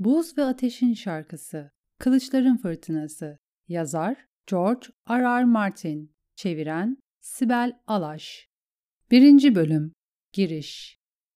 Buz ve Ateşin Şarkısı, Kılıçların Fırtınası. Yazar George R. R. Martin. Çeviren Sibel Alaş. 1. Bölüm. Giriş.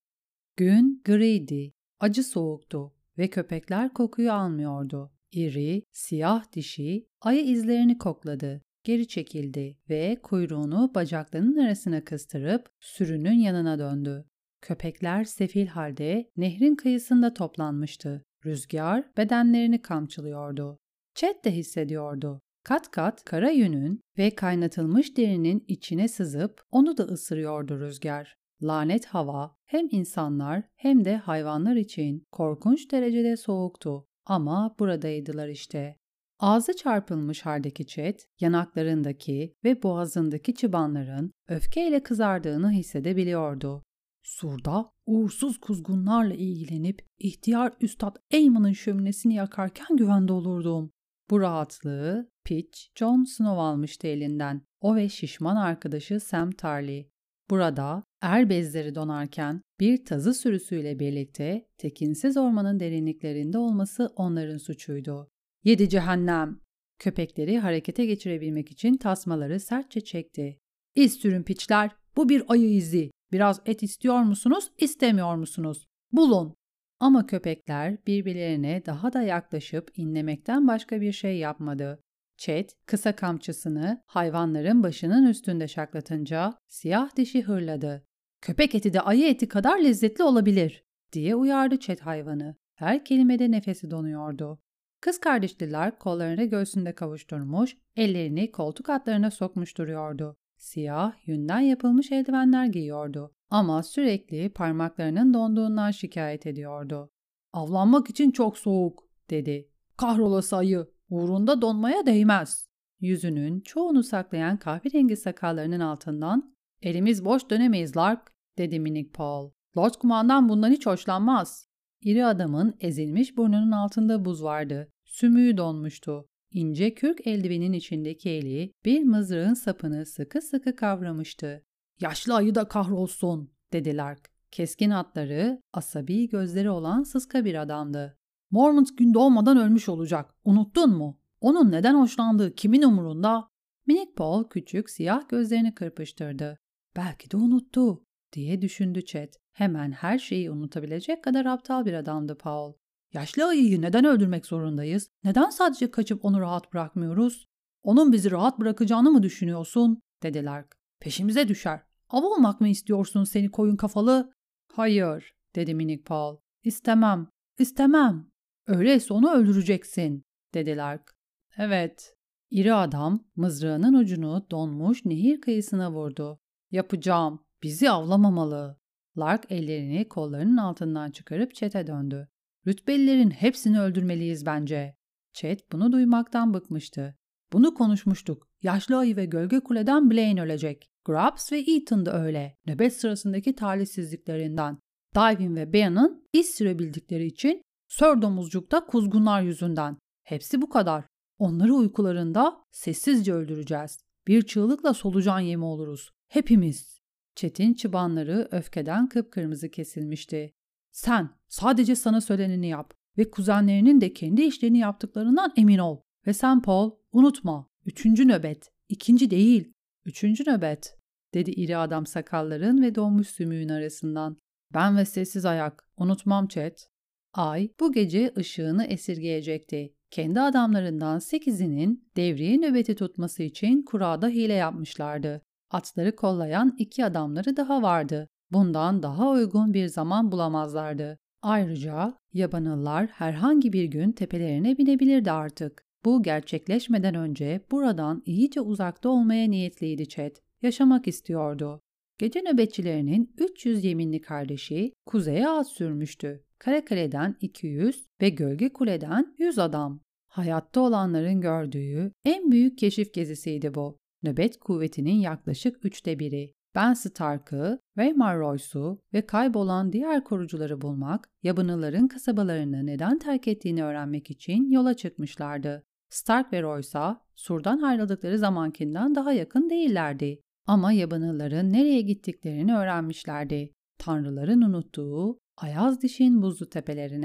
Gün griydi, acı soğuktu ve köpekler kokuyu almıyordu. İri, siyah dişi ayı izlerini kokladı, geri çekildi ve kuyruğunu bacaklarının arasına kıstırıp sürünün yanına döndü. Köpekler sefil halde nehrin kıyısında toplanmıştı. Rüzgar bedenlerini kamçılıyordu. Chet de hissediyordu. Kat kat kara yünün ve kaynatılmış derinin içine sızıp onu da ısırıyordu rüzgar. Lanet hava hem insanlar hem de hayvanlar için korkunç derecede soğuktu. Ama buradaydılar işte. Ağzı çarpılmış haldeki Chet, yanaklarındaki ve boğazındaki çıbanların öfkeyle kızardığını hissedebiliyordu. Surda uğursuz kuzgunlarla ilgilenip ihtiyar Üstad Eyman'ın şöminesini yakarken güvende olurdum. Bu rahatlığı Pitch, Jon Snow almıştı elinden. O ve şişman arkadaşı Sam Tarly. Burada er bezleri donarken bir tazı sürüsüyle birlikte tekinsiz ormanın derinliklerinde olması onların suçuydu. "Yedi cehennem!" Köpekleri harekete geçirebilmek için tasmaları sertçe çekti. "İz sürün piçler, bu bir ayı izi. Biraz et istiyor musunuz, istemiyor musunuz? Bulun!" Ama köpekler birbirlerine daha da yaklaşıp inlemekten başka bir şey yapmadı. Chet, kısa kamçısını hayvanların başının üstünde şaklatınca siyah dişi hırladı. "Köpek eti de ayı eti kadar lezzetli olabilir," diye uyardı Chet hayvanı. Her kelimede nefesi donuyordu. Kız kardeşliler kollarını göğsünde kavuşturmuş, ellerini koltuk altlarına sokmuş duruyordu. Siyah, yünden yapılmış eldivenler giyiyordu. Ama sürekli parmaklarının donduğundan şikayet ediyordu. "Avlanmak için çok soğuk," dedi. "Kahrolası ayı, uğrunda donmaya değmez." Yüzünün çoğunu saklayan kahverengi sakallarının altından "Elimiz boş dönemeyiz Lark," dedi minik Paul. "Lord Kumandan bundan hiç hoşlanmaz." İri adamın ezilmiş burnunun altında buz vardı. Sümüğü donmuştu. İnce kürk eldivenin içindeki eli bir mızrağın sapını sıkı sıkı kavramıştı. "Yaşlı ayı da kahrolsun," dedi Lark. Keskin hatları, asabi gözleri olan sıska bir adamdı. "Mormont gün doğmadan ölmüş olacak. Unuttun mu? Onun neden hoşlandığı kimin umurunda?" Minik Paul küçük siyah gözlerini kırpıştırdı. "Belki de unuttu," diye düşündü Chet. Hemen her şeyi unutabilecek kadar aptal bir adamdı Paul. "Yaşlı ayıyı neden öldürmek zorundayız? Neden sadece kaçıp onu rahat bırakmıyoruz?" "Onun bizi rahat bırakacağını mı düşünüyorsun?" dedi Lark. "Peşimize düşer. Av olmak mı istiyorsun seni koyun kafalı?" "Hayır," dedi minik Paul. "İstemem, istemem." "Öyleyse onu öldüreceksin," dedi Lark. "Evet." İri adam mızrağının ucunu donmuş nehir kıyısına vurdu. "Yapacağım. Bizi avlamamalı." Lark ellerini kollarının altından çıkarıp Chet'e döndü. "Rütbelilerin hepsini öldürmeliyiz bence." Chet bunu duymaktan bıkmıştı. "Bunu konuşmuştuk. Yaşlı ayı ve gölge kuleden Blaine ölecek. Grubbs ve Ethan da öyle. Nöbet sırasındaki talihsizliklerinden. Divin ve Bean'ın iz sürebildikleri için Sir Domuzcuk'ta kuzgunlar yüzünden. Hepsi bu kadar. Onları uykularında sessizce öldüreceğiz. Bir çığlıkla solucan yemi oluruz. Hepimiz." Chet'in çıbanları öfkeden kıpkırmızı kesilmişti. "Sen sadece sana söyleneni yap ve kuzenlerinin de kendi işlerini yaptıklarından emin ol. Ve sen Paul, unutma. 3. nöbet. 2. değil. 3. nöbet," dedi iri adam sakalların ve donmuş sümüğün arasından. "Ben ve sessiz ayak. Unutmam Chet." Ay bu gece ışığını esirgeyecekti. Kendi adamlarından 8'inin devriye nöbeti tutması için kurada hile yapmışlardı. Atları kollayan 2 adamları daha vardı. Bundan daha uygun bir zaman bulamazlardı. Ayrıca yabanıllar herhangi bir gün tepelerine binebilirdi artık. Bu gerçekleşmeden önce buradan iyice uzakta olmaya niyetliydi Chet. Yaşamak istiyordu. Gece nöbetçilerinin 300 yeminli kardeşi kuzeye at sürmüştü. Karakale'den 200 ve Gölge Kule'den 100 adam. Hayatta olanların gördüğü en büyük keşif gezisiydi bu. Nöbet kuvvetinin yaklaşık 1/3'ü. Ben Stark'ı, Waymar Royce'u ve kaybolan diğer korucuları bulmak, yabanılların kasabalarını neden terk ettiğini öğrenmek için yola çıkmışlardı. Stark ve Royce'a Sur'dan ayrıldıkları zamankinden daha yakın değillerdi. Ama yabanılların nereye gittiklerini öğrenmişlerdi. Tanrıların unuttuğu Ayaz Diş'in buzlu tepelerine.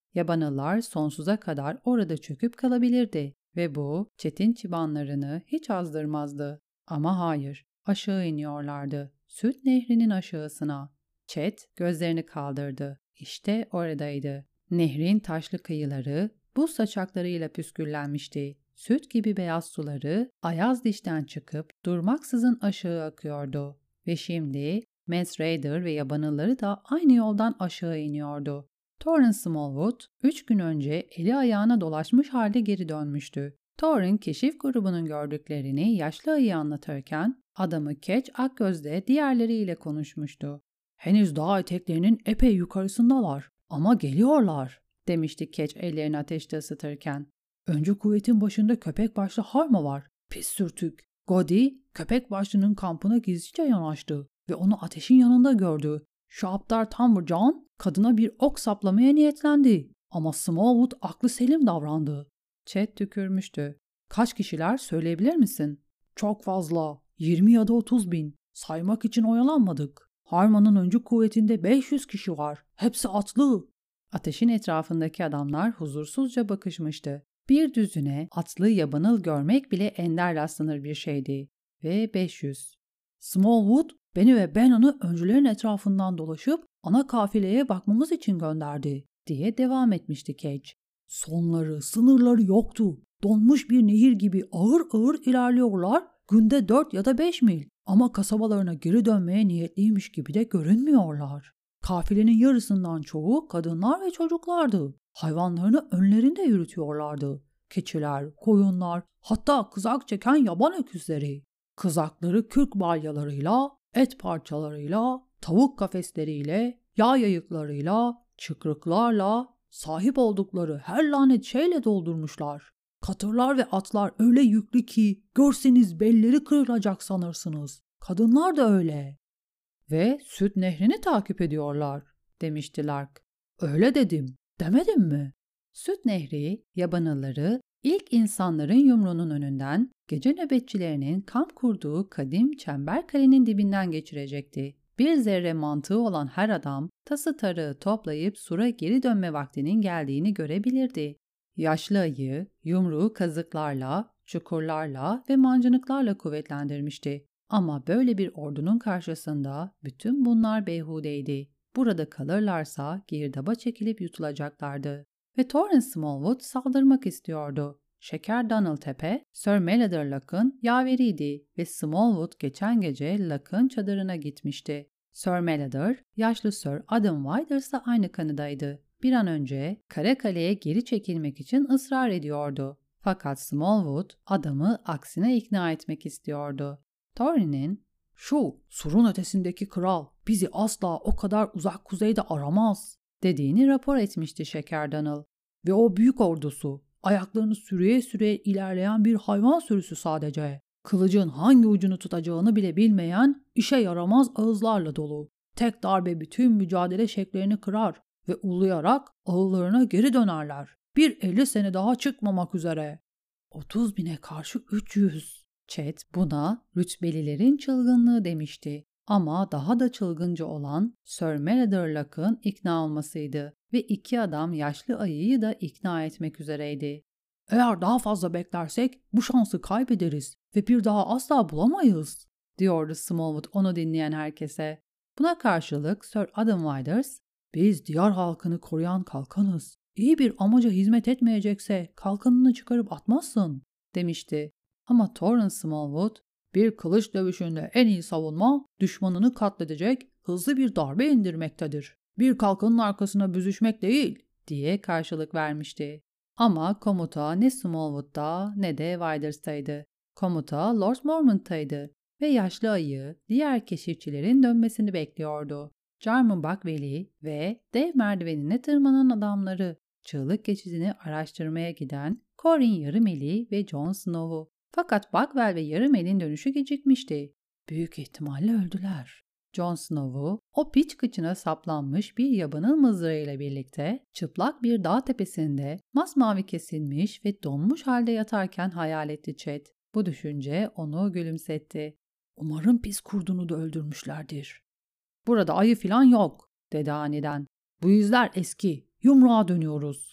Yabanıllar sonsuza kadar orada çöküp kalabilirdi ve bu Chet'in çıbanlarını hiç azdırmazdı. Ama hayır, aşağı iniyorlardı. Süt nehrinin aşağısına. Chet gözlerini kaldırdı. İşte oradaydı. Nehrin taşlı kıyıları buz saçaklarıyla püsküllenmişti. Süt gibi beyaz suları ayaz dişten çıkıp durmaksızın aşağı akıyordu. Ve şimdi Mance Rayder ve yabanılları da aynı yoldan aşağı iniyordu. Thorin Smallwood 3 gün önce eli ayağına dolaşmış halde geri dönmüştü. Thorin keşif grubunun gördüklerini yaşlı ayıya anlatırken adamı Ketch Akgöz'de diğerleriyle konuşmuştu. "Henüz dağ eteklerinin epey yukarısındalar ama geliyorlar," demişti Ketch ellerini ateşte ısıtırken. "Öncü kuvvetin başında köpek başlı Harma var. Pis sürtük. Godi, köpek başlının kampına gizlice yanaştı ve onu ateşin yanında gördü. Şu aptal Tamburcan kadına bir ok saplamaya niyetlendi. Ama Smallwood aklı selim davrandı." Chet tükürmüştü. "Kaç kişiler söyleyebilir misin?" "Çok fazla. 20 ya da 30 bin. Saymak için oyalanmadık. Harman'ın öncü kuvvetinde 500 kişi var. Hepsi atlı." Ateşin etrafındaki adamlar huzursuzca bakışmıştı. Bir düzine atlı yabanıl görmek bile ender rastlanır bir şeydi. Ve 500. "Smallwood beni ve Bannon'ı öncülerin etrafından dolaşıp ana kafileye bakmamız için gönderdi," diye devam etmişti Cage. "Sonları, sınırları yoktu. Donmuş bir nehir gibi ağır ağır ilerliyorlar, günde 4 ya da 5 mil. Ama kasabalarına geri dönmeye niyetliymiş gibi de görünmüyorlar. Kafilenin yarısından çoğu kadınlar ve çocuklardı. Hayvanlarını önlerinde yürütüyorlardı. Keçiler, koyunlar, hatta kızak çeken yaban öküzleri. Kızakları kürk balyalarıyla, et parçalarıyla, tavuk kafesleriyle, yağ yayıklarıyla, çıkrıklarla, sahip oldukları her lanet şeyle doldurmuşlar. Katırlar ve atlar öyle yüklü ki görseniz belleri kırılacak sanırsınız. Kadınlar da öyle." "Ve süt nehrini takip ediyorlar," demişti Lark. "Öyle dedim, demedim mi?" Süt nehri, yabanılları ilk insanların yumruğunun önünden, gece nöbetçilerinin kamp kurduğu kadim Çemberkale'nin dibinden geçirecekti. Bir zerre mantığı olan her adam tası tarağı toplayıp Sur'a geri dönme vaktinin geldiğini görebilirdi. Yaşlı ayı yumruğu kazıklarla, çukurlarla ve mancınıklarla kuvvetlendirmişti. Ama böyle bir ordunun karşısında bütün bunlar beyhudeydi. Burada kalırlarsa girdaba çekilip yutulacaklardı. Ve Thorin Smallwood saldırmak istiyordu. Şeker Donaltepe, Sir Melander Locke'ın yaveriydi ve Smallwood geçen gece Locke'ın çadırına gitmişti. Sir Melander, yaşlı Sir Adam Widers'la aynı kanıdaydı. Bir an önce Karakale'ye geri çekilmek için ısrar ediyordu. Fakat Smallwood adamı aksine ikna etmek istiyordu. Thorin'in "Şu surun ötesindeki kral bizi asla o kadar uzak kuzeyde aramaz," dediğini rapor etmişti Şeker Donal. "Ve o büyük ordusu ayaklarını sürüye sürüye ilerleyen bir hayvan sürüsü sadece. Kılıcın hangi ucunu tutacağını bile bilmeyen işe yaramaz ağızlarla dolu. Tek darbe bütün mücadele şeklerini kırar ve uluyarak ağıllarına geri dönerler. Bir 50 sene daha çıkmamak üzere." 30 bine karşı 300. Chet buna rütbelilerin çılgınlığı demişti. Ama daha da çılgınca olan Sir Melander Locke'ın ikna olmasıydı ve iki adam yaşlı ayıyı da ikna etmek üzereydi. "Eğer daha fazla beklersek bu şansı kaybederiz ve bir daha asla bulamayız," diyordu Smallwood onu dinleyen herkese. Buna karşılık Sir Adam Widers, "Biz diyar halkını koruyan kalkanız. İyi bir amaca hizmet etmeyecekse kalkanını çıkarıp atmazsın," demişti. Ama Thorin Smallwood, "Bir kılıç dövüşünde en iyi savunma düşmanını katledecek hızlı bir darbe indirmektedir. Bir kalkanın arkasına büzüşmek değil," diye karşılık vermişti. Ama komuta ne Smallwood'da ne de Widers'taydı. Komuta Lord Mormont'taydı ve yaşlı ayı diğer keşifçilerin dönmesini bekliyordu. Jarman Buckvalley ve dev merdivenine tırmanan adamları, çığlık geçidini araştırmaya giden Corin Yarımeli ve Jon Snow'u. Fakat Buckwell ve Yarımel'in dönüşü gecikmişti. "Büyük ihtimalle öldüler." Jon Snow'u o piç kıçına saplanmış bir yabanıl mızrağıyla birlikte çıplak bir dağ tepesinde masmavi kesilmiş ve donmuş halde yatarken hayal etti Chet. Bu düşünce onu gülümsetti. "Umarım pis kurdunu da öldürmüşlerdir." "Burada ayı filan yok," dedi aniden. "Bu izler eski. Yumruğa dönüyoruz.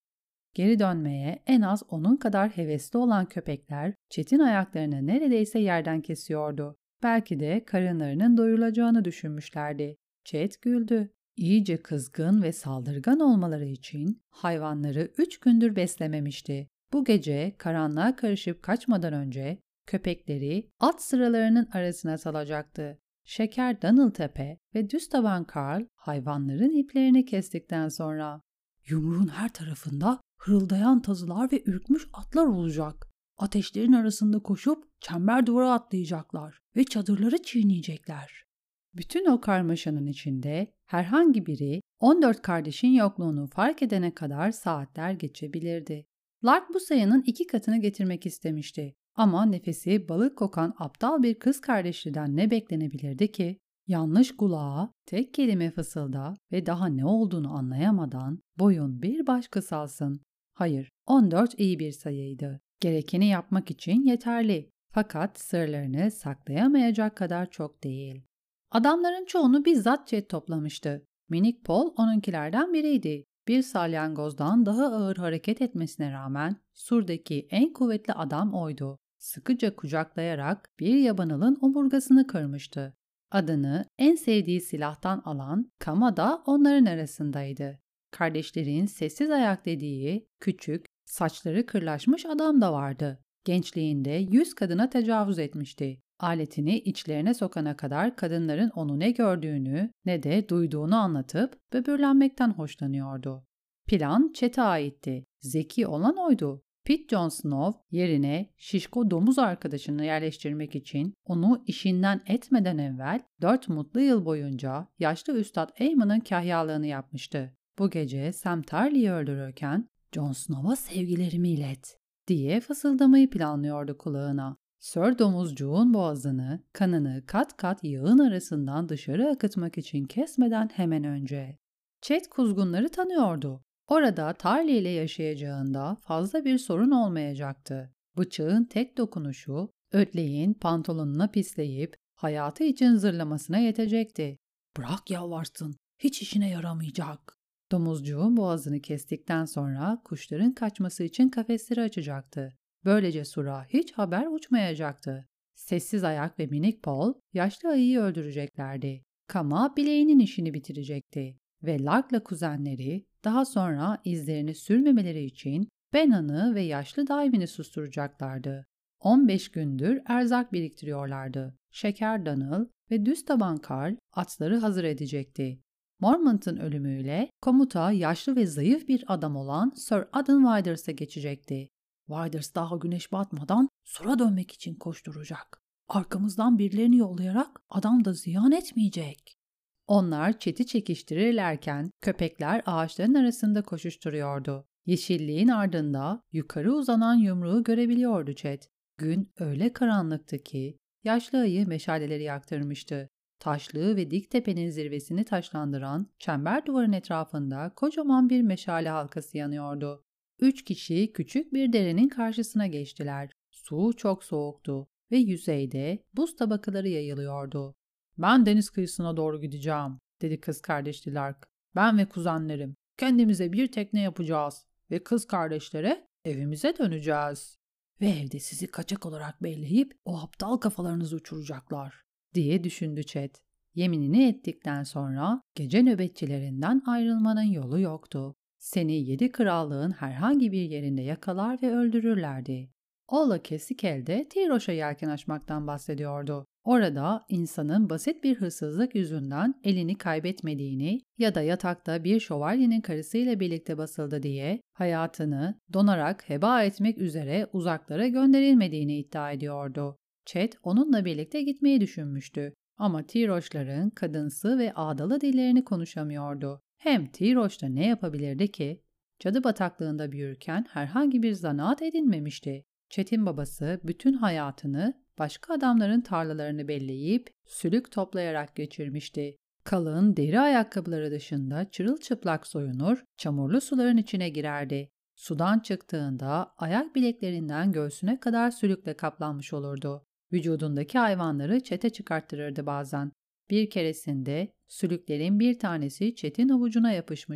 Geri dönmeye en az onun kadar hevesli olan köpekler Chet'in ayaklarını neredeyse yerden kesiyordu. Belki de karınlarının doyurulacağını düşünmüşlerdi. Chet güldü. İyice kızgın ve saldırgan olmaları için hayvanları 3 gündür beslememişti. Bu gece karanlığa karışıp kaçmadan önce köpekleri at sıralarının arasına salacaktı. Şeker Donaldtepe ve Düz Taban Karl hayvanların iplerini kestikten sonra "Yumruğun her tarafında hırıldayan tazılar ve ürkmüş atlar olacak. Ateşlerin arasında koşup çember duvara atlayacaklar ve çadırları çiğneyecekler." Bütün o karmaşanın içinde herhangi biri 14 kardeşin yokluğunu fark edene kadar saatler geçebilirdi. Lark bu sayının 2 katını getirmek istemişti. Ama nefesi balık kokan aptal bir kız kardeşliden ne beklenebilirdi ki? Yanlış kulağa tek kelime fısılda ve daha ne olduğunu anlayamadan boyun bir baş kısalsın. Hayır, 14 iyi bir sayıydı. Gerekeni yapmak için yeterli. Fakat sırlarını saklayamayacak kadar çok değil. Adamların çoğunu bizzat Chet toplamıştı. Minik Paul onunkilerden biriydi. Bir salyangozdan daha ağır hareket etmesine rağmen surdaki en kuvvetli adam oydu. Sıkıca kucaklayarak bir yabanılın omurgasını kırmıştı. Adını en sevdiği silahtan alan Kama da onların arasındaydı. Kardeşlerin sessiz ayak dediği küçük, saçları kırlaşmış adam da vardı. Gençliğinde 100 kadına tecavüz etmişti. Aletini içlerine sokana kadar kadınların onu ne gördüğünü ne de duyduğunu anlatıp böbürlenmekten hoşlanıyordu. Plan Chet'e aitti. Zeki olan oydu. Pete John Snow yerine şişko domuz arkadaşını yerleştirmek için onu işinden etmeden evvel 4 mutlu yıl boyunca yaşlı Üstad Eamon'un kahyalığını yapmıştı. Bu gece Sam Tarly'i öldürürken "Jon Snow'a sevgilerimi ilet" diye fısıldamayı planlıyordu kulağına. Sir Domuzcuğun boğazını, kanını kat kat yağın arasından dışarı akıtmak için kesmeden hemen önce. Chet kuzgunları tanıyordu. Orada Tarly ile yaşayacağında fazla bir sorun olmayacaktı. Bıçağın tek dokunuşu, ötleğin pantolonuna pisleyip hayatı için zırlamasına yetecekti. "Bırak yalvarsın, hiç işine yaramayacak." Domuzcuğun boğazını kestikten sonra kuşların kaçması için kafesleri açacaktı. Böylece sura hiç haber uçmayacaktı. Sessiz ayak ve minik Paul yaşlı ayıyı öldüreceklerdi. Kama bileğinin işini bitirecekti. Ve Lark'la kuzenleri daha sonra izlerini sürmemeleri için Benhan'ı ve yaşlı Davin'i susturacaklardı. 15 gündür erzak biriktiriyorlardı. Şeker Donald ve Düz Taban Karl atları hazır edecekti. Mormont'un ölümüyle komuta yaşlı ve zayıf bir adam olan Sir Adam Widers'a geçecekti. Widers daha güneş batmadan sura dönmek için koşturacak. Arkamızdan birilerini yollayarak adam da ziyan etmeyecek. Onlar Chet'i çekiştirirlerken köpekler ağaçların arasında koşuşturuyordu. Yeşilliğin ardında yukarı uzanan yumruğu görebiliyordu Chet. Gün öyle karanlıktı ki yaşlı ayı meşaleleri yaktırmıştı. Taşlı ve dik tepenin zirvesini taşlandıran çember duvarın etrafında kocaman bir meşale halkası yanıyordu. 3 kişi küçük bir derenin karşısına geçtiler. Su çok soğuktu ve yüzeyde buz tabakaları yayılıyordu. "Ben deniz kıyısına doğru gideceğim," dedi kız kardeşli Lark. "Ben ve kuzenlerim kendimize bir tekne yapacağız ve kız kardeşlere evimize döneceğiz. Ve evde sizi kaçak olarak belleyip o aptal kafalarınızı uçuracaklar," diye düşündü Chet. Yeminini ettikten sonra gece nöbetçilerinden ayrılmanın yolu yoktu. Seni 7 krallığın herhangi bir yerinde yakalar ve öldürürlerdi. Ola kesik elde Tiroş'a yelken açmaktan bahsediyordu. Orada insanın basit bir hırsızlık yüzünden elini kaybetmediğini ya da yatakta bir şövalyenin karısıyla birlikte basıldı diye hayatını donarak heba etmek üzere uzaklara gönderilmediğini iddia ediyordu. Chet onunla birlikte gitmeyi düşünmüştü. Ama Tiroşların kadınsı ve ağdalı dillerini konuşamıyordu. Hem Tiroş'ta ne yapabilirdi ki? Cadı bataklığında büyürken herhangi bir zanaat edinmemişti. Chet'in babası bütün hayatını başka adamların tarlalarını belleyip sülük toplayarak geçirmişti. Kalın deri ayakkabıları dışında çırılçıplak soyunur, çamurlu suların içine girerdi. Sudan çıktığında ayak bileklerinden göğsüne kadar sülükle kaplanmış olurdu. Vücudundaki hayvanları Chet'e çıkarttırırdı bazen. Bir keresinde sülüklerin bir tanesi Chet'in avucuna yapışmıştı.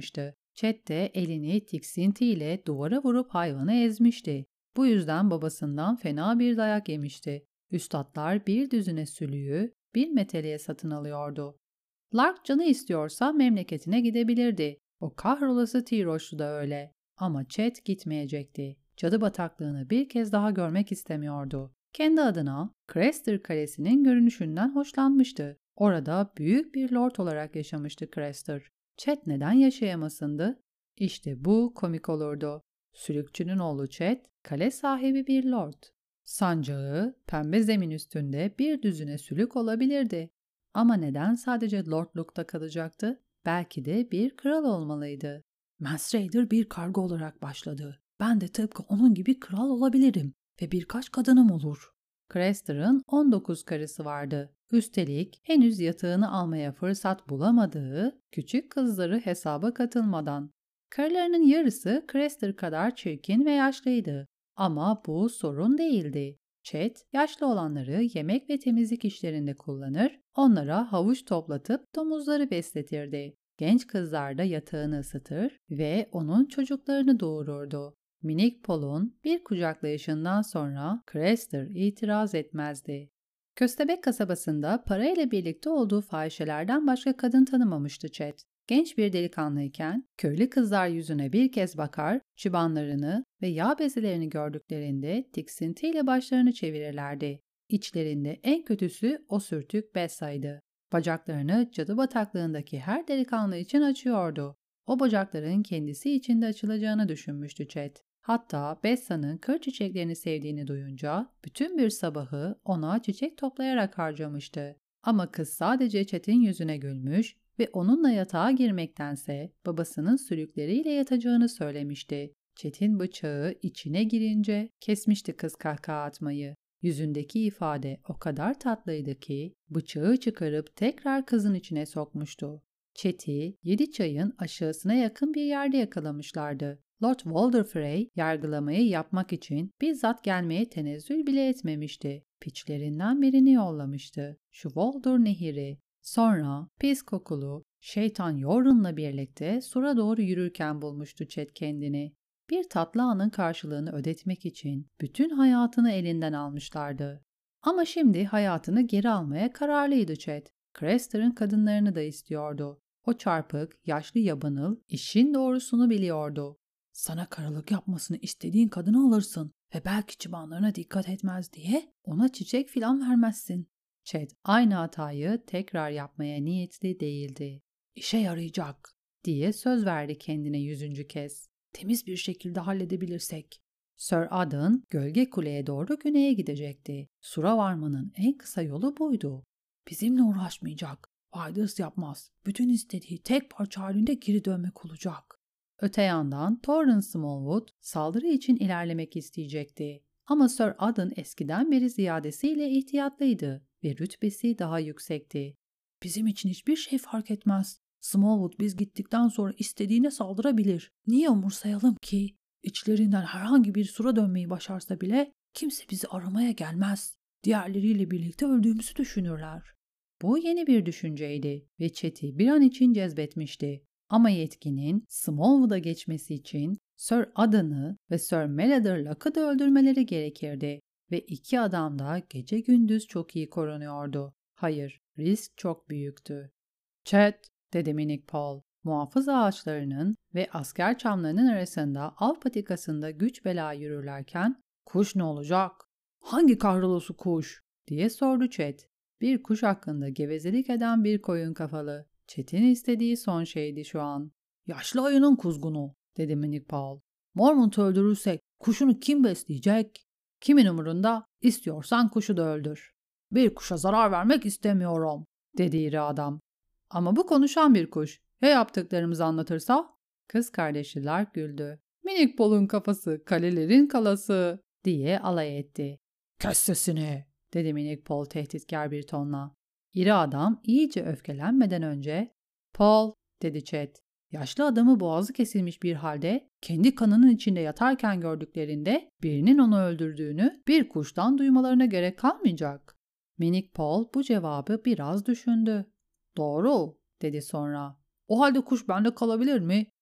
Chet de elini tiksintiyle duvara vurup hayvanı ezmişti. Bu yüzden babasından fena bir dayak yemişti. Üstatlar bir düzine sülüğü, bir meteleye satın alıyordu. Lark canı istiyorsa memleketine gidebilirdi. O kahrolası Tiroş'tu da öyle. Ama Chet gitmeyecekti. Cadı bataklığını bir kez daha görmek istemiyordu. Kendi adına Craster Kalesi'nin görünüşünden hoşlanmıştı. Orada büyük bir lord olarak yaşamıştı Craster. Chet neden yaşayamasındı? İşte bu komik olurdu. Sülükçünün oğlu Chet, kale sahibi bir lord. Sancağı, pembe zemin üstünde bir düzine sülük olabilirdi. Ama neden sadece lordlukta kalacaktı? Belki de bir kral olmalıydı. Mance Rayder bir karga olarak başladı. Ben de tıpkı onun gibi kral olabilirim ve birkaç kadınım olur. Craster'ın 19 karısı vardı. Üstelik henüz yatağını almaya fırsat bulamadığı küçük kızları hesaba katılmadan. Karılarının yarısı Craster kadar çirkin ve yaşlıydı. Ama bu sorun değildi. Chet, yaşlı olanları yemek ve temizlik işlerinde kullanır, onlara havuç toplatıp domuzları besletirdi. Genç kızlar da yatağını ısıtır ve onun çocuklarını doğururdu. Minik Paul'un bir kucaklayışından sonra Craster itiraz etmezdi. Köstebek kasabasında parayla birlikte olduğu fahişelerden başka kadın tanımamıştı Chet. Genç bir delikanlıyken köylü kızlar yüzüne bir kez bakar, çıbanlarını ve yağ bezelerini gördüklerinde tiksintiyle başlarını çevirirlerdi. İçlerinde en kötüsü o sürtük Bessa'ydı. Bacaklarını cadı bataklığındaki her delikanlı için açıyordu. O bacakların kendisi için de açılacağını düşünmüştü Chet. Hatta Bessa'nın kır çiçeklerini sevdiğini duyunca bütün bir sabahı ona çiçek toplayarak harcamıştı. Ama kız sadece Chet'in yüzüne gülmüş ve onunla yatağa girmektense babasının sülükleriyle yatacağını söylemişti. Chet'in bıçağı içine girince kesmişti kız kahkaha atmayı. Yüzündeki ifade o kadar tatlıydı ki bıçağı çıkarıp tekrar kızın içine sokmuştu. Chet'i 7 çayın aşağısına yakın bir yerde yakalamışlardı. Lord Walder Frey yargılamayı yapmak için bizzat gelmeye tenezzül bile etmemişti. Piçlerinden birini yollamıştı. Şu Walder Nehri. Sonra pis kokulu şeytan Yoren'la birlikte sura doğru yürürken bulmuştu Chet kendini. Bir tatlı anın karşılığını ödetmek için bütün hayatını elinden almışlardı. Ama şimdi hayatını geri almaya kararlıydı Chet. Craster'ın kadınlarını da istiyordu. O çarpık, yaşlı yabanıl işin doğrusunu biliyordu. Sana karılık yapmasını istediğin kadını alırsın ve belki çıbanlarına dikkat etmez diye ona çiçek filan vermezsin. Chet aynı hatayı tekrar yapmaya niyetli değildi. İşe yarayacak diye söz verdi kendine 100. kez. Temiz bir şekilde halledebilirsek. Sir Adan gölge kuleye doğru güneye gidecekti. Sur'a varmanın en kısa yolu buydu. Bizimle uğraşmayacak. Faydası yapmaz. Bütün istediği tek parça halinde geri dönmek olacak. Öte yandan Torrance Smallwood saldırı için ilerlemek isteyecekti. Ama Sir Adan eskiden beri ziyadesiyle ihtiyatlıydı ve rütbesi daha yüksekti. Bizim için hiçbir şey fark etmez. Smallwood biz gittikten sonra istediğine saldırabilir. Niye umursayalım ki? İçlerinden herhangi bir sura dönmeyi başarsa bile kimse bizi aramaya gelmez. Diğerleriyle birlikte öldüğümüzü düşünürler. Bu yeni bir düşünceydi ve Chet'i bir an için cezbetmişti. Ama yetkinin Smallwood'a geçmesi için Sir Adan'ı ve Sir Melander Locke'ı da öldürmeleri gerekirdi. Ve iki adam da gece gündüz çok iyi korunuyordu. Hayır, risk çok büyüktü. Chet, dedi minik Paul, muhafız ağaçlarının ve asker çamlarının arasında av patikasında güç bela yürürlerken, kuş ne olacak? Hangi kahrolası kuş? Diye sordu Chet. Bir kuş hakkında gevezelik eden bir koyun kafalı. Chet'in istediği son şeydi şu an. Yaşlı ayının kuzgunu, dedi minik Paul. Mormont'u öldürürsek kuşunu kim besleyecek? Kimin umurunda? İstiyorsan kuşu da öldür. Bir kuşa zarar vermek istemiyorum, dedi iri adam. Ama bu konuşan bir kuş. Ya yaptıklarımızı anlatırsa? Kız kardeşler güldü. Minik Paul'un kafası kalelerin kalası diye alay etti. Kes sesini, dedi minik Paul tehditkar bir tonla. İri adam iyice öfkelenmeden önce Paul, dedi Chet. Yaşlı adamı boğazı kesilmiş bir halde kendi kanının içinde yatarken gördüklerinde birinin onu öldürdüğünü bir kuştan duymalarına gerek kalmayacak. Minik Paul bu cevabı biraz düşündü. Doğru, dedi sonra. O halde kuş bende kalabilir mi?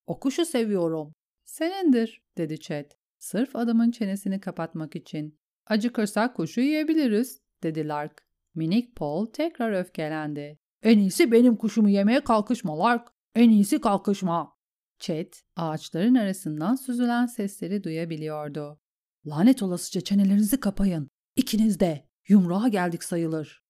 O kuşu seviyorum. Senindir, dedi Chet. Sırf adamın çenesini kapatmak için. Acıkırsak kuşu yiyebiliriz, dedi Lark. Minik Paul tekrar öfkelendi. En iyisi benim kuşumu yemeye kalkışma Lark. En iyisi kalkışma. Chet, ağaçların arasından süzülen sesleri duyabiliyordu. Lanet olasıca çenelerinizi kapayın. İkiniz de. Yumruğa geldik sayılır.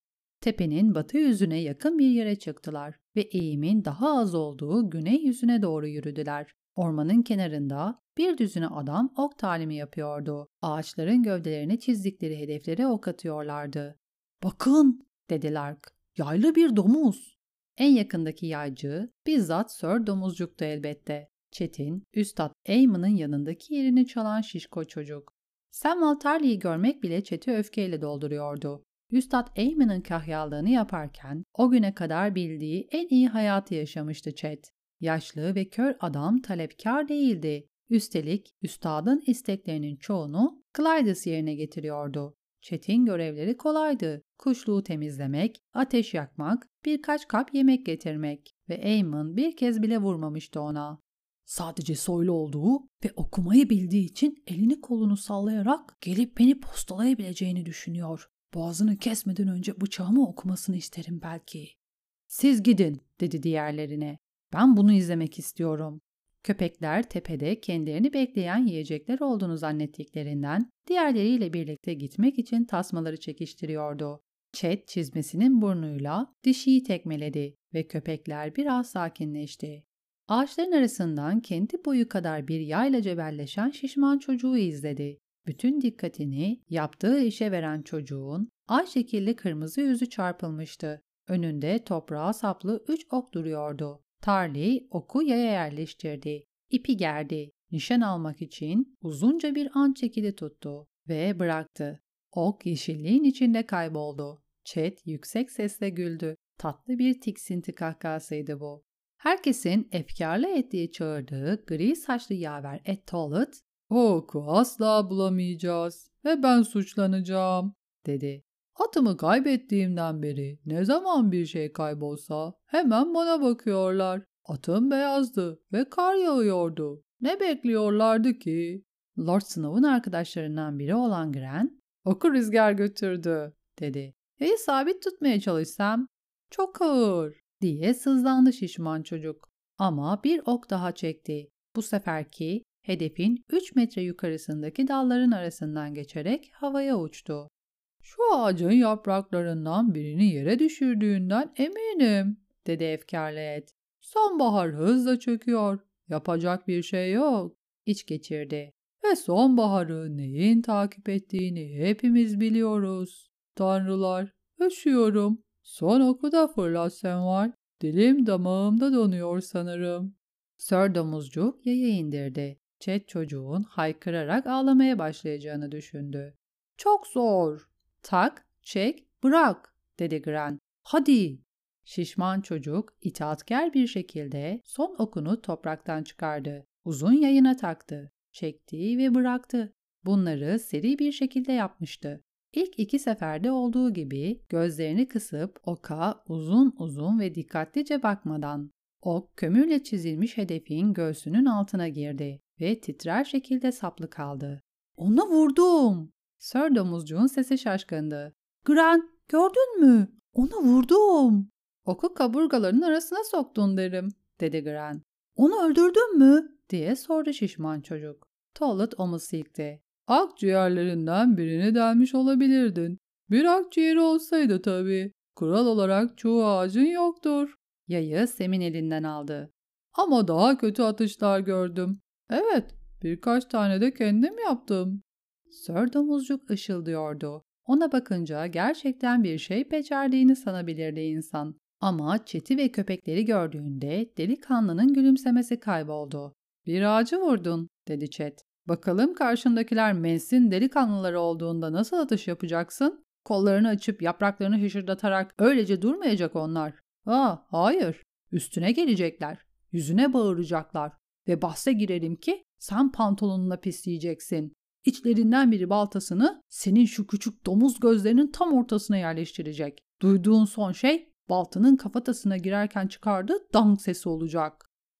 Tepenin batı yüzüne yakın bir yere çıktılar ve eğimin daha az olduğu güney yüzüne doğru yürüdüler. Ormanın kenarında bir düzine adam ok talimi yapıyordu. Ağaçların gövdelerini çizdikleri hedeflere ok atıyorlardı. Bakın, dedi Lark. Yaylı bir domuz. En yakındaki yaycı bizzat Sir Domuzcuk'tu elbette. Chet'in, Üstad Eamon'un yanındaki yerini çalan şişko çocuk. Samuel Tarly'i görmek bile Chet'i öfkeyle dolduruyordu. Üstad Eamon'un kahyalığını yaparken o güne kadar bildiği en iyi hayatı yaşamıştı Chet. Yaşlı ve kör adam talepkar değildi. Üstelik üstadın isteklerinin çoğunu Clydes yerine getiriyordu. Chet'in görevleri kolaydı. Kuşluğu temizlemek, ateş yakmak, birkaç kap yemek getirmek ve Eamon bir kez bile vurmamıştı ona. Sadece soylu olduğu ve okumayı bildiği için elini kolunu sallayarak gelip beni postalayabileceğini düşünüyor. Boğazını kesmeden önce bıçağımı okumasını isterim belki. Siz gidin, dedi diğerlerine. Ben bunu izlemek istiyorum. Köpekler tepede kendilerini bekleyen yiyecekler olduğunu zannettiklerinden diğerleriyle birlikte gitmek için tasmaları çekiştiriyordu. Chet çizmesinin burnuyla dişiyi tekmeledi ve köpekler biraz sakinleşti. Ağaçların arasından kendi boyu kadar bir yayla cebelleşen şişman çocuğu izledi. Bütün dikkatini yaptığı işe veren çocuğun ay şekilli kırmızı yüzü çarpılmıştı. Önünde toprağa saplı 3 ok duruyordu. Tarly oku yaya yerleştirdi. İpi gerdi. Nişan almak için uzunca bir an çekili tuttu ve bıraktı. Ok yeşilliğin içinde kayboldu. Chet yüksek sesle güldü. Tatlı bir tiksinti kahkahasıydı bu. Herkesin efkarlı ettiği çağırdığı gri saçlı yaver Ed Tollett, "O oku asla bulamayacağız ve ben suçlanacağım," dedi. "Atımı kaybettiğimden beri ne zaman bir şey kaybolsa hemen bana bakıyorlar. Atım beyazdı ve kar yağıyordu. Ne bekliyorlardı ki?" Lord Snow'un arkadaşlarından biri olan Gren, "Oku rüzgar götürdü," dedi. "Yayı sabit tutmaya çalışsam?" "Çok ağır," diye sızlandı şişman çocuk. Ama bir ok daha çekti. Bu seferki hedefin 3 metre yukarısındaki dalların arasından geçerek havaya uçtu. "Şu ağacın yapraklarından birini yere düşürdüğünden eminim," dedi efkarlı Ed. "Sonbahar hızla çöküyor. Yapacak bir şey yok." İç geçirdi. "Ve sonbaharı neyin takip ettiğini hepimiz biliyoruz. Tanrılar, üşüyorum. Son oku da fırlatsam var. Dilim damağımda donuyor sanırım." Sir Domuzcuk yayı indirdi. Chet çocuğun haykırarak ağlamaya başlayacağını düşündü. "Çok zor." "Tak, çek, bırak," dedi Gran. "Hadi." Şişman çocuk itaatkar bir şekilde son okunu topraktan çıkardı. Uzun yayına taktı. Çekti ve bıraktı. Bunları seri bir şekilde yapmıştı. İlk 2 seferde olduğu gibi gözlerini kısıp oka uzun uzun ve dikkatlice bakmadan. Ok kömürle çizilmiş hedefin göğsünün altına girdi ve titrer şekilde saplı kaldı. "Ona vurdum." Sir Domuzcuğun sesi şaşkındı. "Gran, gördün mü? Ona vurdum." "Oku kaburgalarının arasına soktun derim," dedi Gran. "Onu öldürdün mü?" diye sordu şişman çocuk. Tollett omuz silkti. "Akciğerlerinden birini delmiş olabilirdin. Bir akciğeri olsaydı tabii. Kural olarak çoğu ağacın yoktur." Yayı Sem'in elinden aldı. "Ama daha kötü atışlar gördüm. Evet, birkaç tane de kendim yaptım." Sir Domuzcuk ışıldıyordu. Ona bakınca gerçekten bir şey becerdiğini sanabilirdi insan. Ama Chet'i ve köpekleri gördüğünde delikanlının gülümsemesi kayboldu. "Bir ağacı vurdun," dedi Chet. "Bakalım karşındakiler Mans'in delikanlıları olduğunda nasıl atış yapacaksın? Kollarını açıp yapraklarını hışırdatarak öylece durmayacak onlar. Hayır. Üstüne gelecekler. Yüzüne bağıracaklar. Ve bahse girelim ki sen pantolonuna pisleyeceksin. İçlerinden biri baltasını senin şu küçük domuz gözlerinin tam ortasına yerleştirecek. Duyduğun son şey baltanın kafatasına girerken çıkardığı dank sesi olacak."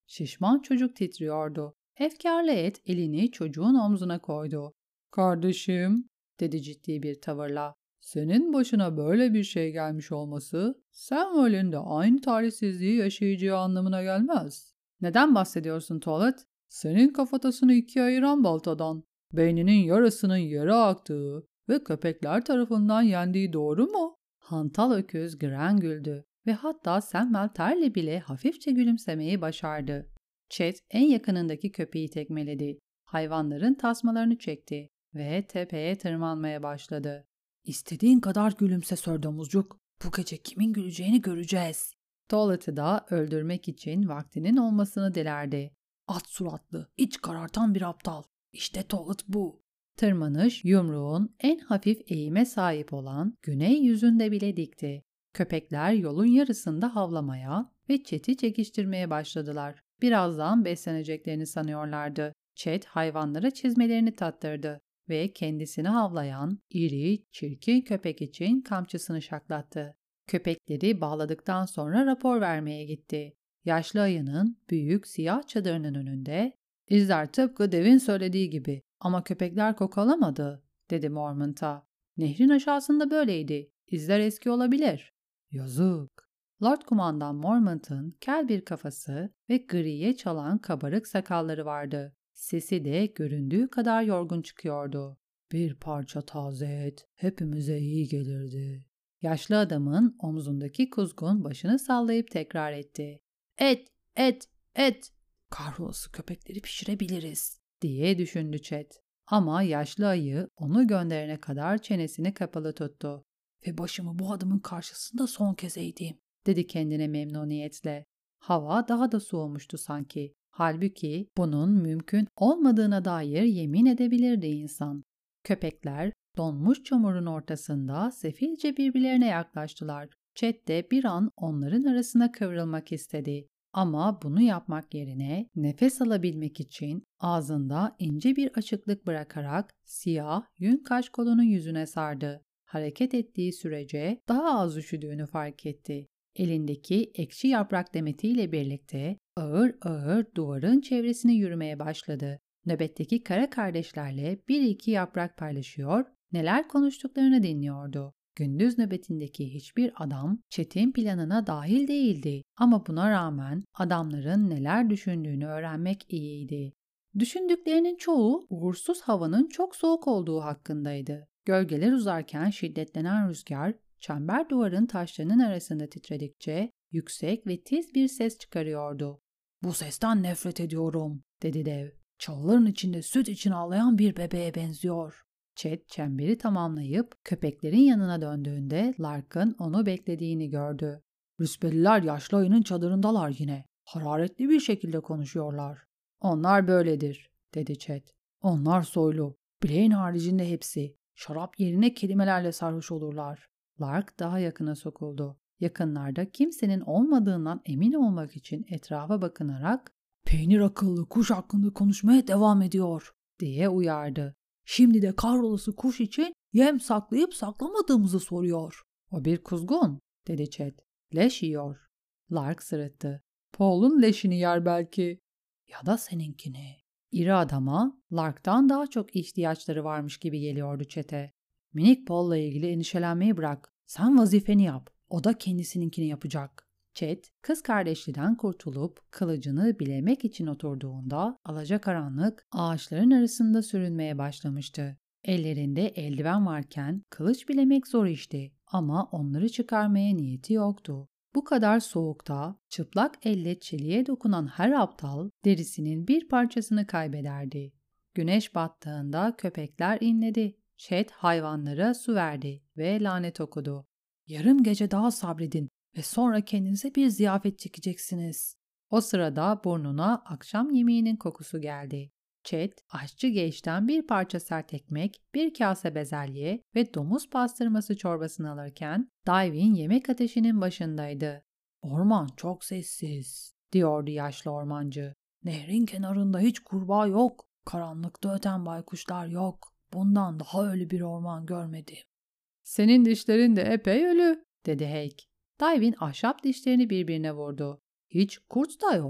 Şişman çocuk titriyordu. Efkarlı et elini çocuğun omzuna koydu. "Kardeşim," dedi ciddi bir tavırla. "Senin başına böyle bir şey gelmiş olması, Samuel'in de aynı talihsizliği yaşayacağı anlamına gelmez." "Neden bahsediyorsun Toilet?" "Senin kafatasını ikiye ayıran baltadan, beyninin yarısının yere aktığı ve köpekler tarafından yendiği doğru mu?" Hantal öküz Gren güldü ve hatta Samuel Terli bile hafifçe gülümsemeyi başardı. Chet en yakınındaki köpeği tekmeledi. Hayvanların tasmalarını çekti ve tepeye tırmanmaya başladı. "İstediğin kadar gülümse Sir Domuzcuk. Bu gece kimin güleceğini göreceğiz." Toilet'ı da öldürmek için vaktinin olmasını dilerdi. "At suratlı, iç karartan bir aptal. İşte Toilet bu." Tırmanış yumruğun en hafif eğime sahip olan güney yüzünde bile dikti. Köpekler yolun yarısında havlamaya ve Chet'i çekiştirmeye başladılar. Birazdan besleneceklerini sanıyorlardı. Chet hayvanlara çizmelerini tattırdı ve kendisini havlayan, iri, çirkin köpek için kamçısını şaklattı. Köpekleri bağladıktan sonra rapor vermeye gitti. Yaşlı ayının büyük siyah çadırının önünde, "İzler tıpkı devin söylediği gibi ama köpekler koku alamadı," dedi Mormont'a. "Nehrin aşağısında böyleydi. İzler eski olabilir." "Yazık." Lord Kumandan Mormont'un kel bir kafası ve griye çalan kabarık sakalları vardı. Sesi de göründüğü kadar yorgun çıkıyordu. "Bir parça taze et hepimize iyi gelirdi." Yaşlı adamın omzundaki kuzgun başını sallayıp tekrar etti. "Et, et, et." "Kahrolası köpekleri pişirebiliriz." diye düşündü Chet. Ama yaşlı ayı onu gönderene kadar çenesini kapalı tuttu. "Ve başımı bu adamın karşısında son kez eğdim." dedi kendine memnuniyetle. Hava daha da soğumuştu sanki. Halbuki bunun mümkün olmadığına dair yemin edebilirdi insan. Köpekler donmuş çamurun ortasında sefilce birbirlerine yaklaştılar. Chet de bir an onların arasına kıvrılmak istedi. Ama bunu yapmak yerine nefes alabilmek için ağzında ince bir açıklık bırakarak siyah yün kaşkolunu yüzüne sardı. Hareket ettiği sürece daha az üşüdüğünü fark etti. Elindeki ekşi yaprak demetiyle birlikte ağır ağır duvarın çevresine yürümeye başladı. Nöbetteki kara kardeşlerle bir iki yaprak paylaşıyor, neler konuştuklarını dinliyordu. Gündüz nöbetindeki hiçbir adam Chet'in planına dahil değildi ama buna rağmen adamların neler düşündüğünü öğrenmek iyiydi. Düşündüklerinin çoğu uğursuz havanın çok soğuk olduğu hakkındaydı. Gölgeler uzarken şiddetlenen rüzgar çember duvarın taşlarının arasında titredikçe yüksek ve tiz bir ses çıkarıyordu. "Bu sesten nefret ediyorum," dedi dev. "Çalıların içinde süt için ağlayan bir bebeğe benziyor." Chet çemberi tamamlayıp köpeklerin yanına döndüğünde Lark'ın onu beklediğini gördü. "Rüsbeliler yaşlı ayının çadırındalar yine. Hararetli bir şekilde konuşuyorlar." "Onlar böyledir," dedi Chet. "Onlar soylu. Bileğin haricinde hepsi. Şarap yerine kelimelerle sarhoş olurlar." Lark daha yakına sokuldu. Yakınlarda kimsenin olmadığından emin olmak için etrafa bakınarak "Peynir akıllı kuş hakkında konuşmaya devam ediyor," diye uyardı. "Şimdi de kahrolası kuş için yem saklayıp saklamadığımızı soruyor." "O bir kuzgun," dedi Chet. "Leş yiyor." Lark sırıttı. "Paul'un leşini yer belki." "Ya da seninkini." İri adama Lark'tan daha çok ihtiyaçları varmış gibi geliyordu Chet'e. "Minik Paul'la ilgili endişelenmeyi bırak. Sen vazifeni yap. O da kendisininkini yapacak." Chet, kız kardeşliden kurtulup kılıcını bilemek için oturduğunda alacakaranlık ağaçların arasında sürünmeye başlamıştı. Ellerinde eldiven varken kılıç bilemek zor işti ama onları çıkarmaya niyeti yoktu. Bu kadar soğukta çıplak elle çeliğe dokunan her aptal derisinin bir parçasını kaybederdi. Güneş battığında köpekler inledi. Chet hayvanlara su verdi ve lanet okudu. "Yarım gece daha sabredin ve sonra kendinize bir ziyafet çekeceksiniz." O sırada burnuna akşam yemeğinin kokusu geldi. Chet, aşçı gençten bir parça sert ekmek, bir kase bezelye ve domuz pastırması çorbasını alırken Divin yemek ateşinin başındaydı. "Orman çok sessiz," diyordu yaşlı ormancı. "Nehrin kenarında hiç kurbağa yok. Karanlıkta öten baykuşlar yok. Bundan daha ölü bir orman görmedim." "Senin dişlerin de epey ölü," dedi Hake. Divin ahşap dişlerini birbirine vurdu. "Hiç kurt da yok."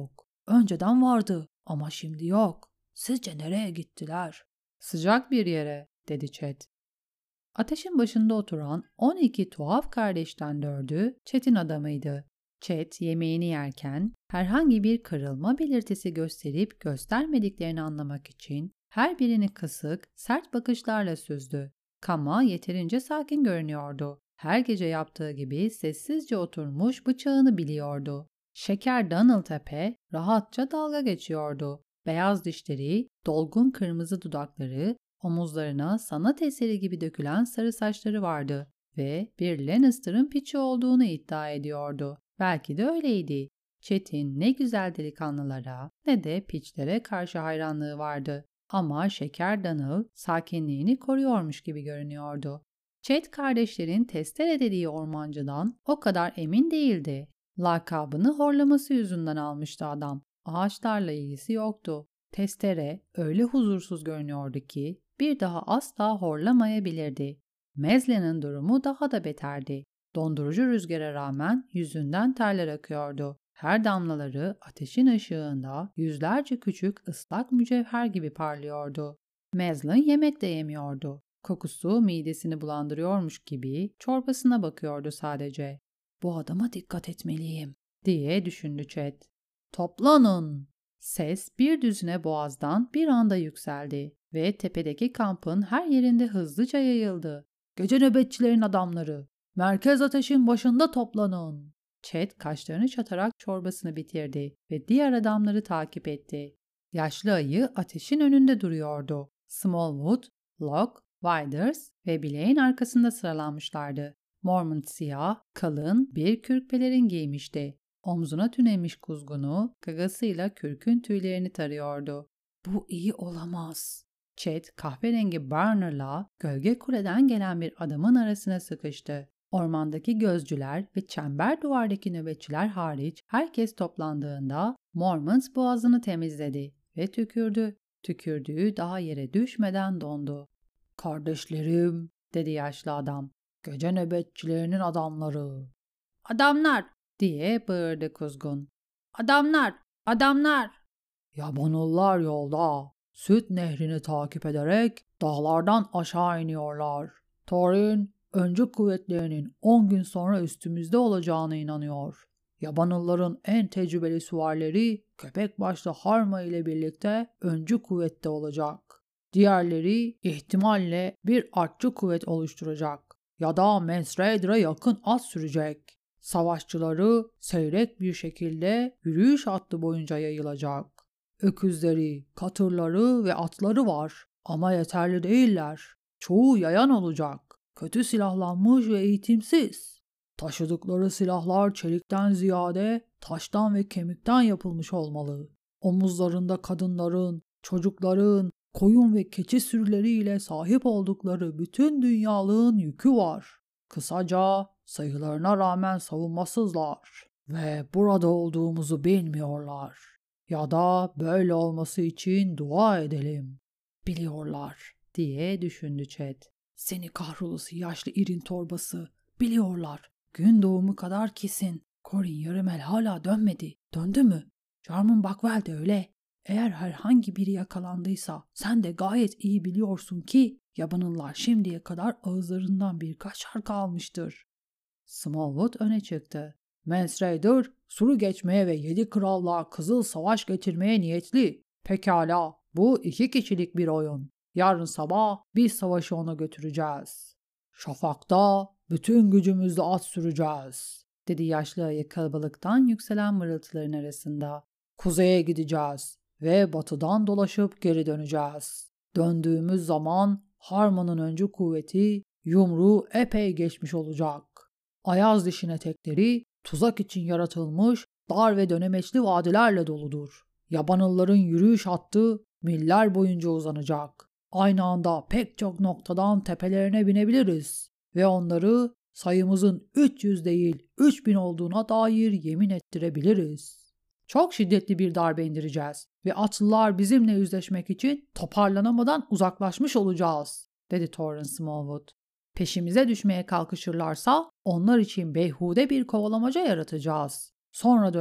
önceden vardı ama şimdi yok. Sizce nereye gittiler? Sıcak bir yere, dedi Chet. Ateşin başında oturan 12 tuhaf kardeşten 4'ü Chet'in adamıydı. Chet yemeğini yerken herhangi bir kırılma belirtisi gösterip göstermediklerini anlamak için her birini kısık, sert bakışlarla süzdü. Kama yeterince sakin görünüyordu. Her gece yaptığı gibi sessizce oturmuş bıçağını biliyordu. Şeker Donald Tepe rahatça dalga geçiyordu. Beyaz dişleri, dolgun kırmızı dudakları, omuzlarına sanat eseri gibi dökülen sarı saçları vardı ve bir Lannister'ın piçi olduğunu iddia ediyordu. Belki de öyleydi. Chet'in ne güzel delikanlılara ne de piçlere karşı hayranlığı vardı. Ama Şeker Donald sakinliğini koruyormuş gibi görünüyordu. Chet kardeşlerin testere dediği ormancıdan o kadar emin değildi. Lakabını horlaması yüzünden almıştı adam. Ağaçlarla ilgisi yoktu. Testere öyle huzursuz görünüyordu ki bir daha asla horlamayabilirdi. Mezle'nin durumu daha da beterdi. Dondurucu rüzgara rağmen yüzünden terler akıyordu. Her damlaları ateşin ışığında yüzlerce küçük ıslak mücevher gibi parlıyordu. Mezlin yemek de yemiyordu. Kokusu midesini bulandırıyormuş gibi çorbasına bakıyordu sadece. Bu adama dikkat etmeliyim, diye düşündü Chet. Toplanın! Ses bir düzine boğazdan bir anda yükseldi ve tepedeki kampın her yerinde hızlıca yayıldı. Gece nöbetçilerin adamları, merkez ateşin başında toplanın. Chet kaşlarını çatarak çorbasını bitirdi ve diğer adamları takip etti. Yaşlı ayı ateşin önünde duruyordu. Smallwood, Locke, Widers ve bileğin arkasında sıralanmışlardı. Mormont siyah, kalın bir kürk pelerin giymişti. Omzuna tünemiş kuzgunu gagasıyla kürkün tüylerini tarıyordu. Bu iyi olamaz. Chet kahverengi Barner'la gölge kuleden gelen bir adamın arasına sıkıştı. Ormandaki gözcüler ve çember duvardaki nöbetçiler hariç herkes toplandığında Mormont boğazını temizledi ve tükürdü. Tükürdüğü daha yere düşmeden dondu. Kardeşlerim, dedi yaşlı adam. Gece nöbetçilerinin adamları. Adamlar, diye bağırdı kuzgun. Adamlar, adamlar. Yabanıllar yolda. Süt nehrini takip ederek dağlardan aşağı iniyorlar. Thorin, öncü kuvvetlerinin 10 gün sonra üstümüzde olacağına inanıyor. Yabanılların en tecrübeli süvarileri köpek başlı Harma ile birlikte öncü kuvvette olacak. Diğerleri ihtimalle bir artçı kuvvet oluşturacak ya da Mance Raider'a yakın at sürecek. Savaşçıları seyrek bir şekilde yürüyüş hattı boyunca yayılacak. Öküzleri, katırları ve atları var ama yeterli değiller. Çoğu yayan olacak. Kötü silahlanmış ve eğitimsiz. Taşıdıkları silahlar çelikten ziyade taştan ve kemikten yapılmış olmalı. Omuzlarında kadınların, çocukların, koyun ve keçi sürüleriyle sahip oldukları bütün dünyalığın yükü var. Kısaca sayılarına rağmen savunmasızlar ve burada olduğumuzu bilmiyorlar. Ya da böyle olması için dua edelim. Biliyorlar, diye düşündü Chet. Seni kahrolası yaşlı irin torbası. Biliyorlar. Gün doğumu kadar kesin. Corin Yarımel hala dönmedi. Döndü mü? Jarman Buckwell de öyle. Eğer herhangi biri yakalandıysa sen de gayet iyi biliyorsun ki yabanıllar şimdiye kadar ağızlarından birkaç şarkı almıştır. Smallwood öne çıktı. Mance Raider suru geçmeye ve 7 kralla kızıl savaş getirmeye niyetli. Pekala, bu 2 kişilik bir oyun. Yarın sabah biz savaşı ona götüreceğiz. Şafakta bütün gücümüzle at süreceğiz, dedi yaşlı ayı kalabalıktan yükselen mırıltıların arasında. Kuzeye gideceğiz ve batıdan dolaşıp geri döneceğiz. Döndüğümüz zaman Harman'ın öncü kuvveti yumruğu epey geçmiş olacak. Ayaz dişin etekleri tuzak için yaratılmış dar ve dönemeçli vadilerle doludur. Yabanılların yürüyüş hattı miller boyunca uzanacak. Aynı anda pek çok noktadan tepelerine binebiliriz ve onları sayımızın 300 değil 3000 olduğuna dair yemin ettirebiliriz. Çok şiddetli bir darbe indireceğiz ve atlılar bizimle yüzleşmek için toparlanamadan uzaklaşmış olacağız, dedi Thorin Smallwood. Peşimize düşmeye kalkışırlarsa onlar için beyhude bir kovalamaca yaratacağız. Sonra dönüp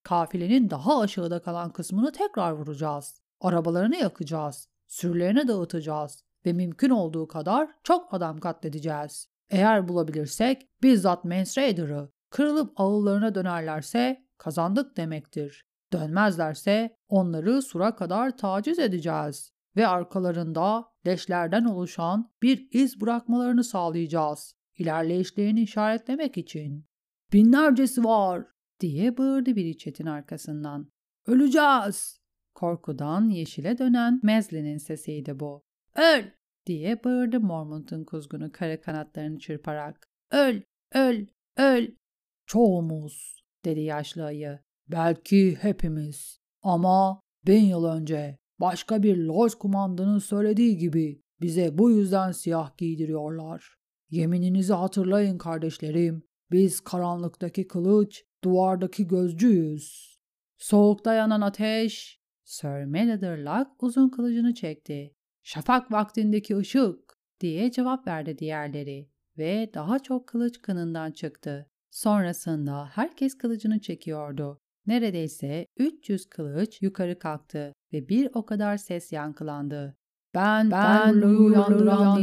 Kafilenin daha aşağıda kalan kısmını tekrar vuracağız. Arabalarını yakacağız. Sürülerine dağıtacağız. Ve mümkün olduğu kadar çok adam katledeceğiz. Eğer bulabilirsek bizzat Mance Raider'ı, kırılıp ağıllarına dönerlerse kazandık demektir. Dönmezlerse onları Sur'a kadar taciz edeceğiz. Ve arkalarında leşlerden oluşan bir iz bırakmalarını sağlayacağız. İlerleyişlerini işaretlemek için. Binlercesi var diye bağırdı biri Chet'in arkasından. Öleceğiz. Korkudan yeşile dönen Mezli'nin sesiydi bu. Öl diye bağırdı Mormont'un kuzgunu kara kanatlarını çırparak. Öl, öl, öl. Çoğumuz, dedi yaşlı ayı. Belki hepimiz. Ama 1000 yıl önce başka bir Lord kumandanın söylediği gibi bize bu yüzden siyah giydiriyorlar. Yemininizi hatırlayın kardeşlerim. Biz karanlıktaki kılıç, duvardaki gözcüyüz. Soğukta yanan ateş. Sir Melider uzun kılıcını çekti. Şafak vaktindeki ışık diye cevap verdi diğerleri ve daha çok kılıç kınından çıktı. Sonrasında herkes kılıcını çekiyordu. Neredeyse 300 kılıç yukarı kalktı ve bir o kadar ses yankılandı. Ben uyandıran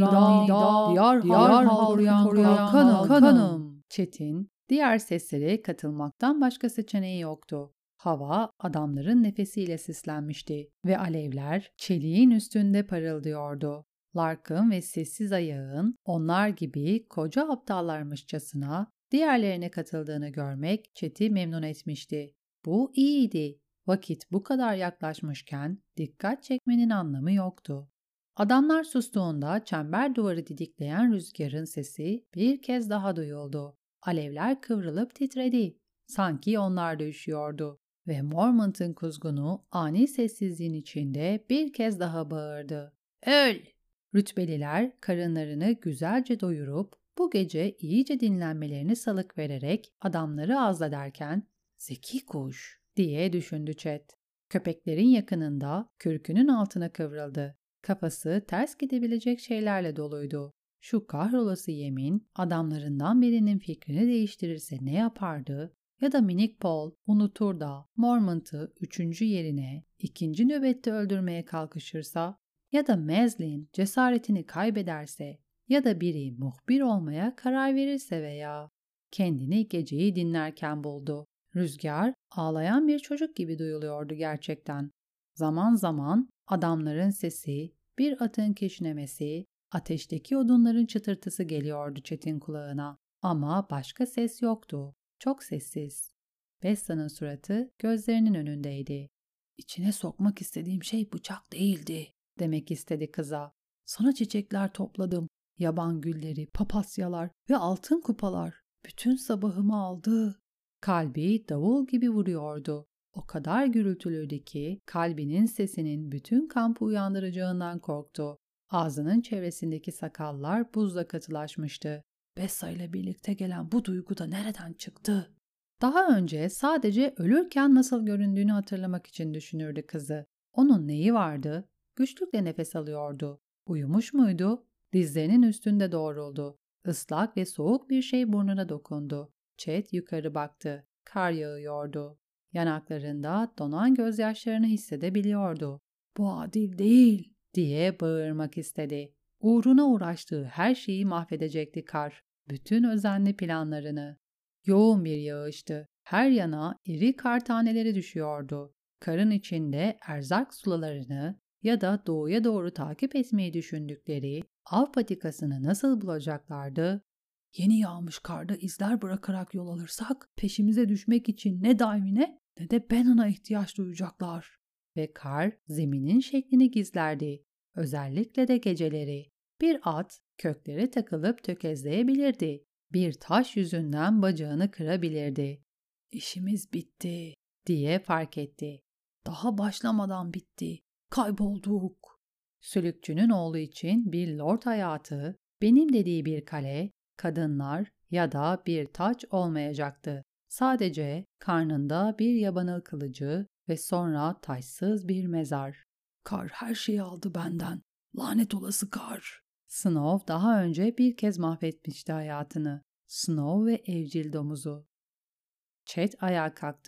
diyar halkı koruyan kanım. Çetin, diğer seslere katılmaktan başka seçeneği yoktu. Hava adamların nefesiyle sislenmişti ve alevler çeliğin üstünde parıldıyordu. Lark'ın ve sessiz ayağın onlar gibi koca aptallarmışçasına diğerlerine katıldığını görmek Chet'i memnun etmişti. Bu iyiydi. Vakit bu kadar yaklaşmışken dikkat çekmenin anlamı yoktu. Adamlar sustuğunda çember duvarı didikleyen rüzgarın sesi bir kez daha duyuldu. Alevler kıvrılıp titredi. Sanki onlar da üşüyordu. Ve Mormont'un kuzgunu ani sessizliğin içinde bir kez daha bağırdı. Öl! Rütbeliler karınlarını güzelce doyurup bu gece iyice dinlenmelerini salık vererek adamları azlederken "Zeki kuş!" diye düşündü Chet. Köpeklerin yakınında kürkünün altına kıvrıldı. Kafası ters gidebilecek şeylerle doluydu. Şu kahrolası yemin adamlarından birinin fikrini değiştirirse ne yapardı? Ya da minik Paul unutur da Mormont'u 3. yerine 2. nöbette öldürmeye kalkışırsa, ya da Mezlin cesaretini kaybederse, ya da biri muhbir olmaya karar verirse veya kendini geceyi dinlerken buldu. Rüzgar ağlayan bir çocuk gibi duyuluyordu gerçekten. Zaman zaman adamların sesi, bir atın kişnemesi, ateşteki odunların çıtırtısı geliyordu Chet'in kulağına. Ama başka ses yoktu. Çok sessiz. Vesta'nın suratı gözlerinin önündeydi. "İçine sokmak istediğim şey bıçak değildi," demek istedi kıza. "Sana çiçekler topladım. Yaban gülleri, papatyalar ve altın kupalar. Bütün sabahımı aldı." Kalbi davul gibi vuruyordu. O kadar gürültülüydü ki kalbinin sesinin bütün kampı uyandıracağından korktu. Ağzının çevresindeki sakallar buzla katılaşmıştı. Bessa ile birlikte gelen bu duygu da nereden çıktı? Daha önce sadece ölürken nasıl göründüğünü hatırlamak için düşünürdü kızı. Onun neyi vardı? Güçlükle nefes alıyordu. Uyumuş muydu? Dizlerinin üstünde doğruldu. Islak ve soğuk bir şey burnuna dokundu. Chet yukarı baktı. Kar yağıyordu. Yanaklarında donan gözyaşlarını hissedebiliyordu. "Bu adil değil," diye bağırmak istedi. Uğruna uğraştığı her şeyi mahvedecekti kar. Bütün özenli planlarını. Yoğun bir yağıştı. Her yana iri kar taneleri düşüyordu. Karın içinde erzak sulalarını ya da doğuya doğru takip etmeyi düşündükleri av patikasını nasıl bulacaklardı? "Yeni yağmış karda izler bırakarak yol alırsak peşimize düşmek için ne Daimine ne de Bannon'a ihtiyaç duyacaklar." Ve kar zeminin şeklini gizlerdi. Özellikle de geceleri. Bir at köklere takılıp tökezleyebilirdi. Bir taş yüzünden bacağını kırabilirdi. "İşimiz bitti," diye fark etti. "Daha başlamadan bitti. Kaybolduk." Sülükçünün oğlu için bir lord hayatı, benim dediği bir kale, kadınlar ya da bir taç olmayacaktı. Sadece karnında bir yabanıl kılıcı ve sonra taşsız bir mezar. "Kar her şeyi aldı benden. Lanet olası kar." Snow daha önce bir kez mahvetmişti hayatını. Snow ve evcil domuzu. Chet ayağa kalktı.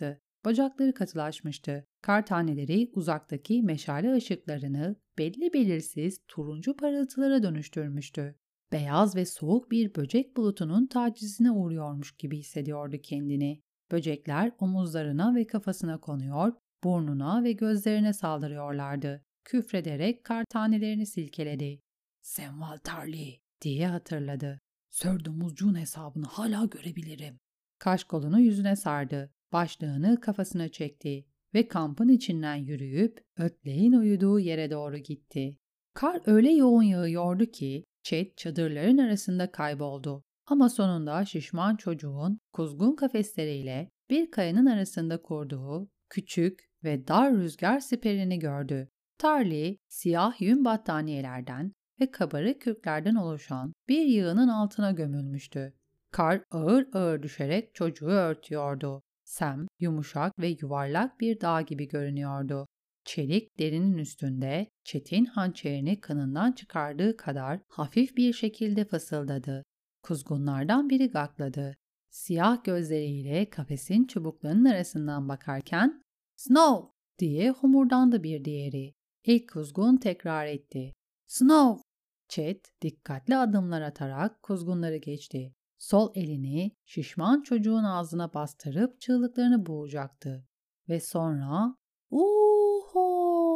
Bacakları katılaşmıştı. Kar taneleri uzaktaki meşale ışıklarını belli belirsiz turuncu parıltılara dönüştürmüştü. Beyaz ve soğuk bir böcek bulutunun tacizine uğruyormuş gibi hissediyordu kendini. Böcekler omuzlarına ve kafasına konuyor, burnuna ve gözlerine saldırıyorlardı. Küfrederek kar tanelerini silkeledi. Senval Tarly diye hatırladı. Sir Domuzcuğun hesabını hala görebilirim. Kaş kolunu yüzüne sardı. Başlığını kafasına çekti ve kampın içinden yürüyüp ötleğin uyuduğu yere doğru gitti. Kar öyle yoğun yağıyordu ki Chet çadırların arasında kayboldu. Ama sonunda şişman çocuğun kuzgun kafesleriyle bir kayanın arasında kurduğu küçük ve dar rüzgar siperini gördü. Tarly, siyah yün battaniyelerden ve kabarık kürklerden oluşan bir yığının altına gömülmüştü. Kar ağır ağır düşerek çocuğu örtüyordu. Sam, yumuşak ve yuvarlak bir dağ gibi görünüyordu. Çelik derinin üstünde Chet'in hançerini kanından çıkardığı kadar hafif bir şekilde fısıldadı. Kuzgunlardan biri gakladı. Siyah gözleriyle kafesin çubuklarının arasından bakarken "Snow!" diye homurdandı bir diğeri. İlk kuzgun tekrar etti. "Snow!" Chet dikkatli adımlar atarak kuzgunları geçti. Sol elini şişman çocuğun ağzına bastırıp çığlıklarını boğacaktı. Ve sonra "Uho!"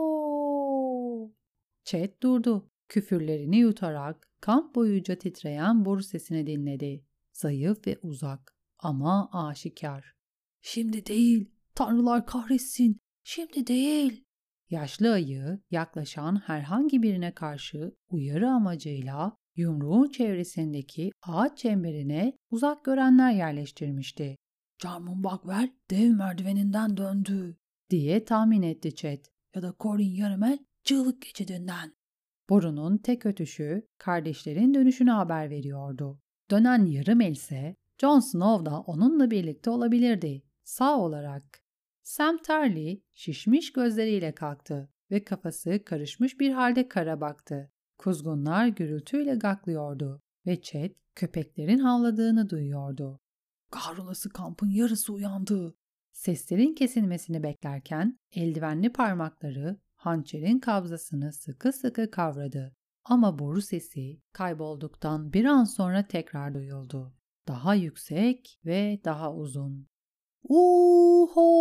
Chet durdu. Küfürlerini yutarak kamp boyunca titreyen boru sesini dinledi. Zayıf ve uzak ama aşikar. "Şimdi değil, tanrılar kahretsin, şimdi değil." Yaşlı ayı yaklaşan herhangi birine karşı uyarı amacıyla yumruğun çevresindeki ağaç çemberine uzak görenler yerleştirmişti. "Jarmon Bagwell dev merdiveninden döndü," diye tahmin etti Chet. "Ya da Corin Yaremel çığlık geçidinden." Borunun tek ötüşü kardeşlerin dönüşünü haber veriyordu. Dönen yarım else Jon Snow da onunla birlikte olabilirdi. Sağ olarak. Sam Tarly şişmiş gözleriyle kalktı ve kafası karışmış bir halde kara baktı. Kuzgunlar gürültüyle gaklıyordu ve Chet köpeklerin havladığını duyuyordu. "Kahrolası kampın yarısı uyandı." Seslerin kesilmesini beklerken eldivenli parmakları hançerin kabzasını sıkı sıkı kavradı. Ama boru sesi kaybolduktan bir an sonra tekrar duyuldu. Daha yüksek ve daha uzun. Uho!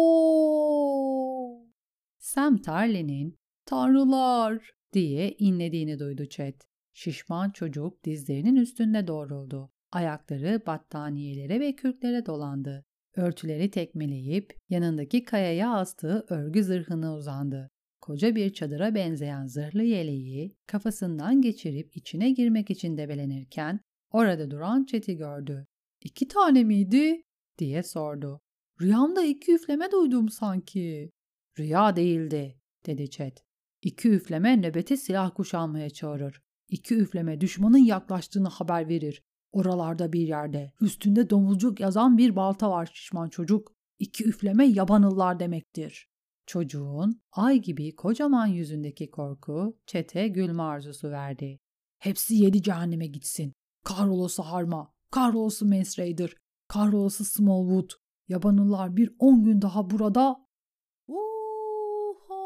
Sam Tarly'nin "Tanrılar!" diye inlediğini duydu Chet. Şişman çocuk dizlerinin üstünde doğruldu. Ayakları battaniyelere ve kürklere dolandı. Örtüleri tekmeleyip yanındaki kayaya astığı örgü zırhına uzandı. Koca bir çadıra benzeyen zırhlı yeleği kafasından geçirip içine girmek için debelenirken orada duran Chet'i gördü. "2 tane miydi?" diye sordu. "Rüyamda 2 üfleme duydum sanki." "Rüya değildi," dedi Chet. 2 üfleme nöbeti silah kuşanmaya çağırır. 2 üfleme düşmanın yaklaştığını haber verir. Oralarda bir yerde üstünde domuzcuk yazan bir balta var şişman çocuk. 2 üfleme yabanıllar demektir." Çocuğun ay gibi kocaman yüzündeki korku Chet'e gülme arzusu verdi. "Hepsi 7 cehenneme gitsin. Kahrolası Harma, kahrolası Mance Rayder, kahrolası Smallwood. Yabanıllar bir 10 gün daha burada." Uho!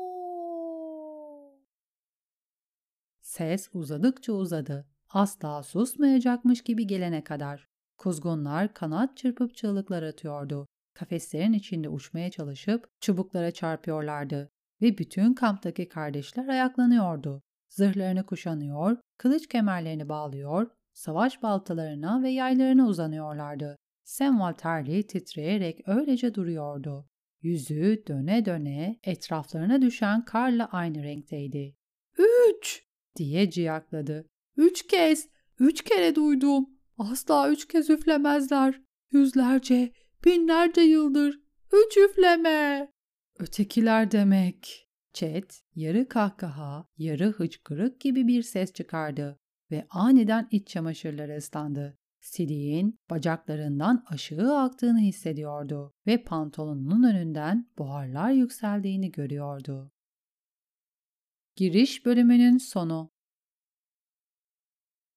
Ses uzadıkça uzadı. Asla susmayacakmış gibi gelene kadar. Kuzgunlar kanat çırpıp çığlıklar atıyordu. Kafeslerin içinde uçmaya çalışıp çubuklara çarpıyorlardı ve bütün kamptaki kardeşler ayaklanıyordu. Zırhlarını kuşanıyor, kılıç kemerlerini bağlıyor, savaş baltalarına ve yaylarına uzanıyorlardı. Samwell Tarly titreyerek öylece duruyordu. Yüzü döne döne etraflarına düşen karla aynı renkteydi. 3 diye ciyakladı. 3 kez, 3 kere duydum. Asla 3 kez üflemezler. Yüzlerce, binlerce yıldır 3 üfleme. Ötekiler demek. Chet yarı kahkaha, yarı hıçkırık gibi bir ses çıkardı ve aniden iç çamaşırları ıslandı. Sidiğin bacaklarından aşağı aktığını hissediyordu ve pantolonunun önünden buharlar yükseldiğini görüyordu. Giriş bölümünün sonu.